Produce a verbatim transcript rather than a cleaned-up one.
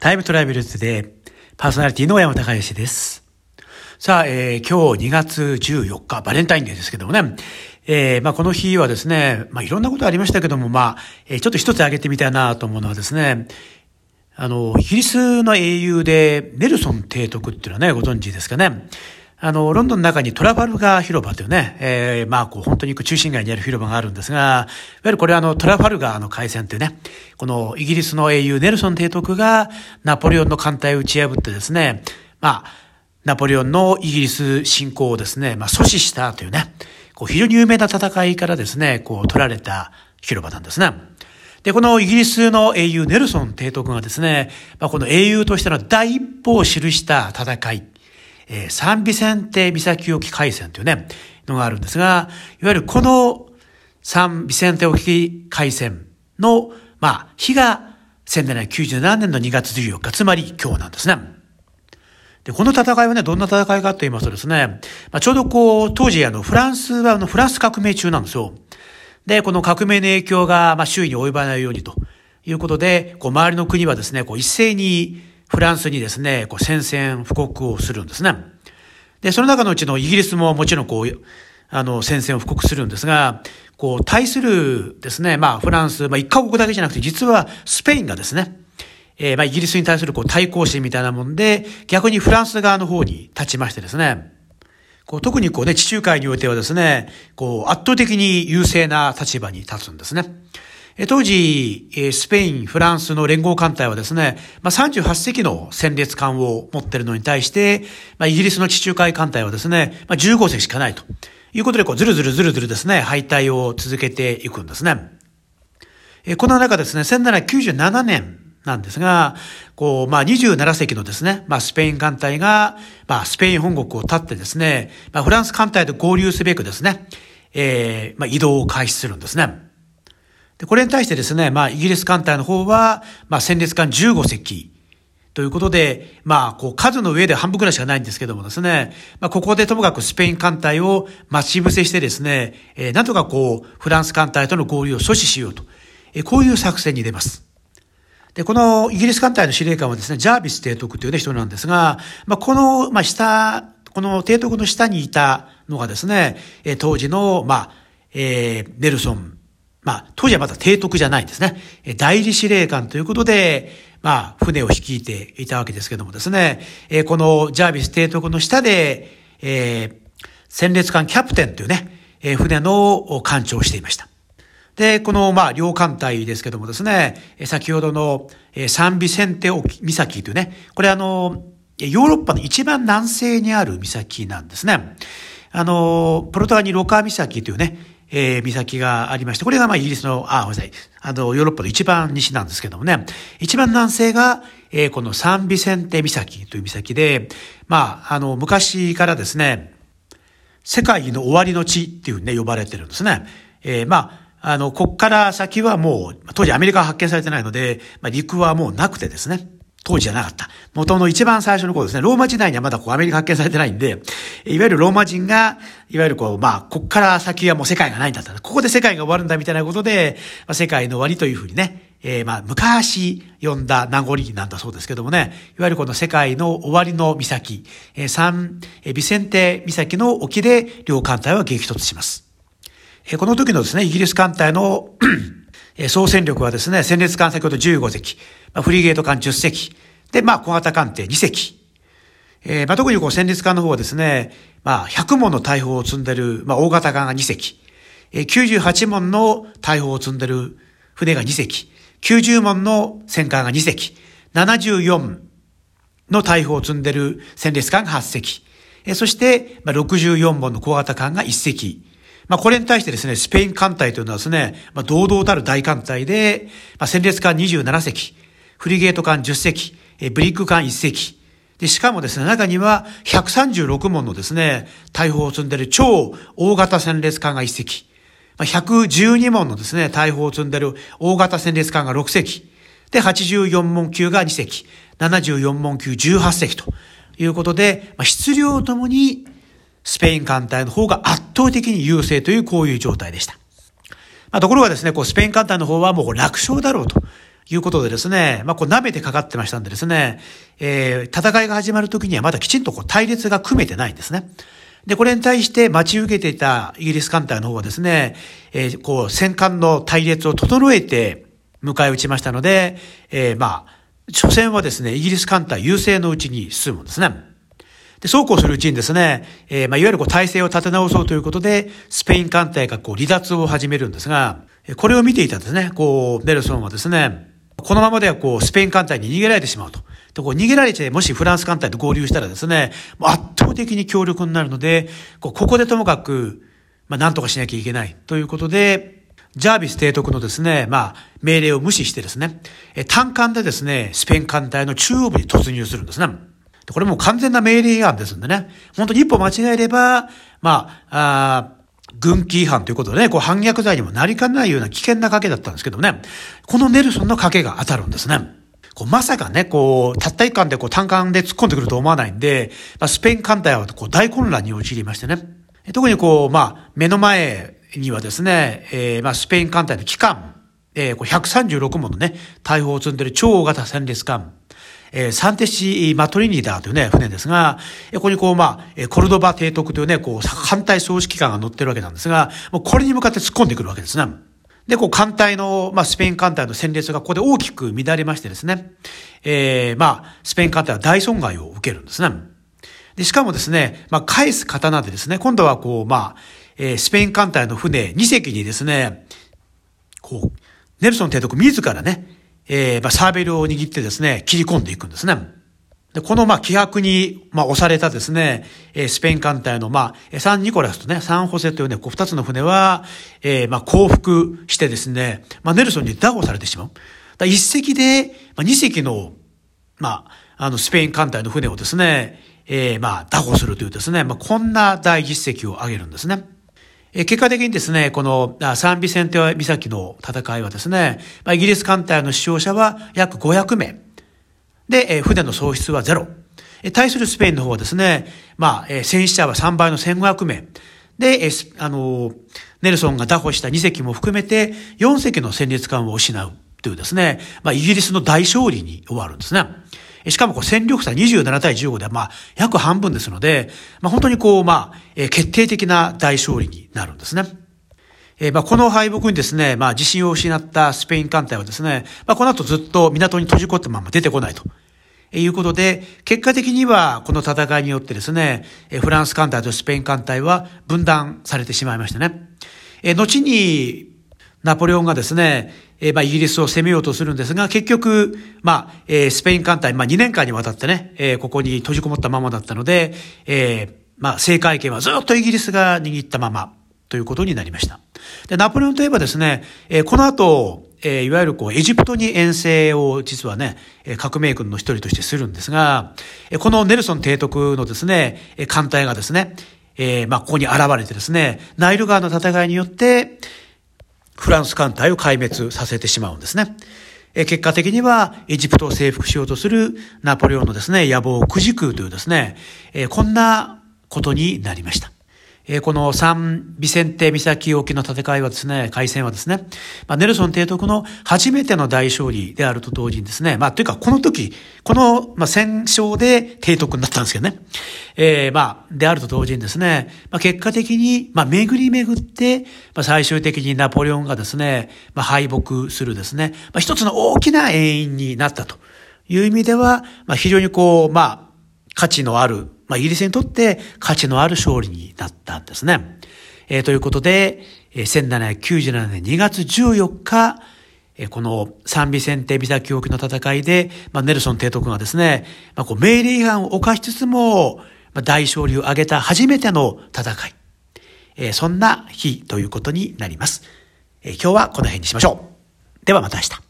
タイムトラベルズでパーソナリティの小山高義です。さあ、えー、今日にがつじゅうよっか、バレンタインデーですけどもね、えー、まあこの日はですね、まあいろんなことありましたけども、まあ、えー、ちょっと一つ挙げてみたいなと思うのはですね、あの、イギリスの英雄でネルソン提督っていうのはね、ご存知ですかね。あの、ロンドンの中にトラファルガー広場というね、えー、まあ、こう、本当に中心街にある広場があるんですが、いわゆるこれはあの、トラファルガーの海戦というね、このイギリスの英雄ネルソン提督がナポレオンの艦隊を打ち破ってですね、まあ、ナポレオンのイギリス侵攻をですね、まあ、阻止したというね、こう、非常に有名な戦いからですね、こう、取られた広場なんですね。で、このイギリスの英雄ネルソン提督がですね、まあ、この英雄としての第一歩を記した戦い、えー、サンビセンテ岬沖海戦というね、のがあるんですが、いわゆるこのサンビセンテ沖海戦の、まあ、日がせんななひゃくきゅうじゅうななねんのにがつじゅうよっか、つまり今日なんですね。で、この戦いはね、どんな戦いかと言いますとですね、まあ、ちょうどこう、当時あの、フランスはあの、フランス革命中なんですよ。で、この革命の影響が、まあ、周囲に及ばないようにということで、こう、周りの国はですね、こう、一斉にフランスにですね、こう、宣戦布告をするんですね。で、その中のうちのイギリスももちろんこう、あの、宣戦を布告するんですが、こう、対するですね、まあ、フランス、まあ、一カ国だけじゃなくて、実はスペインがですね、えー、まあ、イギリスに対するこう、対抗心みたいなもんで、逆にフランス側の方に立ちましてですね、こう、特にこうね、地中海においてはですね、こう、圧倒的に優勢な立場に立つんですね。当時、スペイン、フランスの連合艦隊はですね、まあ、さんじゅうはっせきの戦列艦を持っているのに対して、まあ、イギリスの地中海艦隊はですね、まあ、じゅうごせきしかないということで、こう、ずるずるずるずるですね、敗退を続けていくんですね。この中ですね、せんななひゃくきゅうじゅうななねんなんですが、こう、まあ、にじゅうななせきのですね、まあ、スペイン艦隊が、まあ、スペイン本国を立ってですね、まあ、フランス艦隊と合流すべくですね、えー、まあ、移動を開始するんですね。で、これに対してですね、まあ、イギリス艦隊の方は、まあ、戦列艦じゅうごせきということで、まあ、こう、数の上で半分くらいしかないんですけどもですね、まあ、ここでともかくスペイン艦隊を待ち伏せしてですね、えー、なんとかこう、フランス艦隊との合流を阻止しようと、えー、こういう作戦に出ます。で、このイギリス艦隊の司令官はですね、ジャービス提督というね、人なんですが、まあ、この、まあ、下、この提督の下にいたのがですね、えー、当時の、まあ、えー、ネルソン、まあ、当時はまだ提督じゃないんですね。代理司令官ということで、まあ、船を率いていたわけですけどもですね、このジャービス提督の下で、えー、戦列艦キャプテンというね、船の艦長をしていました。で、この、まあ、両艦隊ですけどもですね、先ほどのサンビセンテ岬というね、これあの、ヨーロッパの一番南西にある岬なんですね。あの、ポルトガルにロカ岬というね、えー、岬がありまして、これがまあイギリスの、あ、ごめんなさい、あの、ヨーロッパの一番西なんですけどもね、一番南西が、えー、このサンビセンテ岬という岬で、まあ、あの、昔からですね、世界の終わりの地っていうね、呼ばれてるんですね。えー、まあ、あの、こっから先はもう、当時アメリカは発見されてないので、まあ、陸はもうなくてですね、当時じゃなかった。元の一番最初の頃ですね、ローマ時代にはまだこうアメリカ発見されてないんで、いわゆるローマ人が、いわゆるこう、まあ、こっから先はもう世界がないんだった。ここで世界が終わるんだみたいなことで、まあ、世界の終わりというふうにね、えー、まあ、昔呼んだ名残なんだそうですけどもね、いわゆるこの世界の終わりの岬、えー、サンビセンテ岬の沖で両艦隊は激突します。えー、この時のですね、イギリス艦隊の総戦力はですね、戦列艦先ほどじゅうごせき、まあ、フリゲート艦じゅっせき、で、まあ、小型艦艇にせき。えー、まあ、特にこう、戦列艦の方はですね、まあ、ひゃくもんの大砲を積んでる、まあ、大型艦がにせき。えー、きゅうじゅうはちもんの大砲を積んでる船がにせき。きゅうじゅうもんの戦艦がにせき。ななじゅうよんの大砲を積んでる戦列艦がはっせき。えー、そして、まあ、ろくじゅうよんもんの小型艦がいっせき。まあ、これに対してですね、スペイン艦隊というのはですね、まあ、堂々たる大艦隊で、まあ、戦列艦にじゅうななせき。フリゲート艦じゅっせき。ブリッグ艦いっせき。で、しかもですね、中にはひゃくさんじゅうろくもんのですね、大砲を積んでいる超大型戦列艦がいっせき。ひゃくじゅうにもんのですね、大砲を積んでいる大型戦列艦がろくせき。で、はちじゅうよんもん級がにせき。ななじゅうよんもん級じゅうはっせきということで、まあ、質量ともにスペイン艦隊の方が圧倒的に優勢というこういう状態でした。まあ、ところがですね、こうスペイン艦隊の方はもう楽勝だろうということでですね、まあ、こう舐めてかかってましたんでですね、えー、戦いが始まる時にはまだきちんとこう隊列が組めてないんですね。で、これに対して待ち受けていたイギリス艦隊の方はですね、えー、こう戦艦の隊列を整えて迎え撃ちましたので、えー、まあ、初戦はですね、イギリス艦隊優勢のうちに進むんですね。で、そうこうするうちにですね、えー、まあ、いわゆるこう体制を立て直そうということで、スペイン艦隊がこう離脱を始めるんですが、これを見ていたですね、こう、ネルソンはですね、このままではこう、スペイン艦隊に逃げられてしまうと。で、こう、逃げられて、もしフランス艦隊と合流したらですね、圧倒的に強力になるので、こう、ここでともかく、まあ、なんとかしなきゃいけないということで、ジャービス提督のですね、まあ、命令を無視してですね、単艦でですね、スペイン艦隊の中央部に突入するんですね。これもう完全な命令違反ですんでね、本当に一歩間違えれば、まあ、あ軍規違反ということでね、こう反逆罪にもなりかねないような危険な賭けだったんですけどね、このネルソンの賭けが当たるんですね。こうまさかね、こう、たった一艦でこう単艦で突っ込んでくると思わないんで、まあ、スペイン艦隊はこう大混乱に陥りましてね。特にこう、まあ、目の前にはですね、えー、まあ、スペイン艦隊の旗艦、えー、こうひゃくさんじゅうろくもんのね、大砲を積んでる超大型戦列艦、えー、サンテシ・マトリニダーというね、船ですが、ここにこう、まあ、コルドバ提督というね、こう、艦隊総指揮官が乗ってるわけなんですが、もうこれに向かって突っ込んでくるわけですね。で、こう、艦隊の、まあ、スペイン艦隊の戦列がここで大きく乱れましてですね、えー、まあ、スペイン艦隊は大損害を受けるんですね。で、しかもですね、まあ、返す刀でですね、今度はこう、まあ、えー、スペイン艦隊の船に隻にですね、こう、ネルソン提督自らね、えー、まあ、サーベルを握ってですね、切り込んでいくんですね。で、この、まあ、気迫に、まあ、押されたですね、えー、スペイン艦隊の、まあ、サンニコラスとね、サンホセというね、こう、二つの船は、えー、まあ、降伏してですね、まあ、ネルソンに拿捕されてしまう。だ一隻で、まあ、二隻の、まあ、あの、スペイン艦隊の船をですね、えー、まあ、拿捕するというですね、まあ、こんな大実績を挙げるんですね。結果的にですね、このサンビセンテ岬の戦いはですね、イギリス艦隊の死傷者は約ごひゃくめい。で、船の喪失はゼロ。対するスペインの方はですね、まあ、戦死者はさんばいのせんごひゃくめい。で、あの、ネルソンが拿捕したに隻も含めてよん隻の戦列艦を失うというですね、まあ、イギリスの大勝利に終わるんですね。しかもこう戦力差にじゅうななたいじゅうごではまあ約半分ですので、まあ本当にこうまあ、えー、決定的な大勝利になるんですね。えー、まあこの敗北にですね、まあ自信を失ったスペイン艦隊はですね、まあこの後ずっと港に閉じ込ったまま出てこないということで、結果的にはこの戦いによってですね、フランス艦隊とスペイン艦隊は分断されてしまいましたね。えー、後にナポレオンがですね、えー、まあ、イギリスを攻めようとするんですが、結局、まあ、えー、スペイン艦隊、まあ、にねんかんにわたってね、えー、ここに閉じこもったままだったので、えー、まあ、制海権はずっとイギリスが握ったまま、ということになりました。で、ナポレオンといえばですね、えー、この後、えー、いわゆるこう、エジプトに遠征を実はね、革命軍の一人としてするんですが、このネルソン提督のですね、艦隊がですね、えー、まあ、ここに現れてですね、ナイル川の戦いによって、フランス艦隊を壊滅させてしまうんですね。え結果的にはエジプトを征服しようとするナポレオンのですね、野望をくじくというですね、えこんなことになりました。えこのサンビセンテ岬沖の戦いはですね、海戦はですね、まあ、ネルソン提督の初めての大勝利であると同時にですね、まあ、というかこの時、この、まあ、戦勝で提督になったんですけどね、えー、まあ、であると同時にですね、まあ、結果的に、まあ、巡り巡って、まあ、最終的にナポレオンがですね、まあ、敗北するですね、まあ、一つの大きな遠因になったという意味では、まあ、非常にこう、まあ、価値のある、まあ、イギリスにとって価値のある勝利になったんですね。えー、ということで、えー、せんななひゃくきゅうじゅうななねんにがつじゅうよっか、えー、このサンビセンテ岬沖の戦いで、まあ、ネルソン提督がですね、まあ、こう命令違反を犯しつつも、まあ、大勝利を挙げた初めての戦い、えー、そんな日ということになります。えー、今日はこの辺にしましょう。ではまた明日。